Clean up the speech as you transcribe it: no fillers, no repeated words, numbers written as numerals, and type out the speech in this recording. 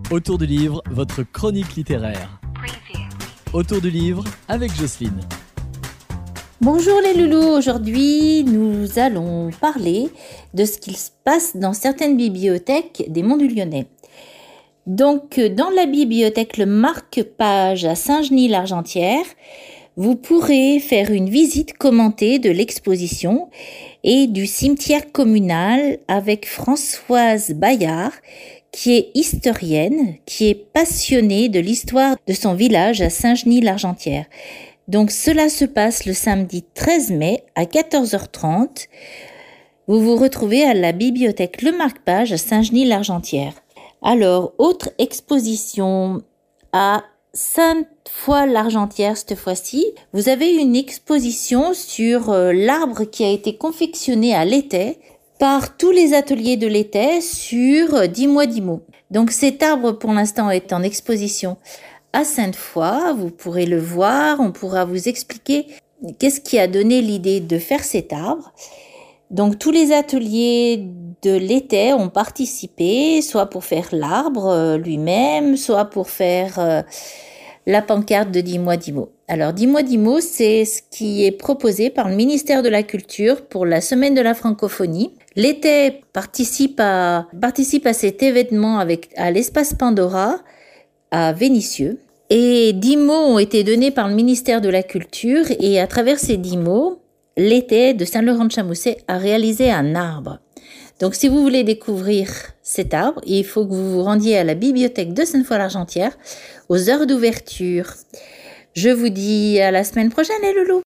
Autour du livre, votre chronique littéraire. Autour du livre avec Jocelyne. Bonjour les loulous, aujourd'hui nous allons parler de ce qu'il se passe dans certaines bibliothèques des Monts du Lyonnais. Donc dans la bibliothèque Le Marque-Page à Saint-Genis-l'Argentière, vous pourrez faire une visite commentée de l'exposition et du cimetière communal avec Françoise Bayard, qui est historienne, qui est passionnée de l'histoire de son village à Saint-Genis-l'Argentière. Donc cela se passe le samedi 13 mai à 14h30. Vous vous retrouvez à la bibliothèque Le Marque-Page à Saint-Genis-l'Argentière. Alors, autre exposition à Sainte-Foy-l'Argentière cette fois-ci. Vous avez une exposition sur l'arbre qui a été confectionné à l'étai par tous les ateliers de l'étai sur 10 mois 10 mots. Donc cet arbre pour l'instant est en exposition à Sainte-Foy, vous pourrez le voir, on pourra vous expliquer qu'est-ce qui a donné l'idée de faire cet arbre. Donc tous les ateliers de l'étai ont participé, soit pour faire l'arbre lui-même, soit pour faire la pancarte de 10 mois 10 mots. Alors 10 mois 10 mots, c'est ce qui est proposé par le ministère de la Culture pour la semaine de la francophonie. L'étai participe à cet événement à l'espace Pandora à Vénissieux. Et 10 mots ont été donnés par le ministère de la Culture et à travers ces 10 mots, l'étai de Saint-Laurent-de-Chamousset a réalisé un arbre. Donc si vous voulez découvrir cet arbre, il faut que vous vous rendiez à la bibliothèque de Sainte-Foy-l'Argentière aux heures d'ouverture. Je vous dis à la semaine prochaine les loulous.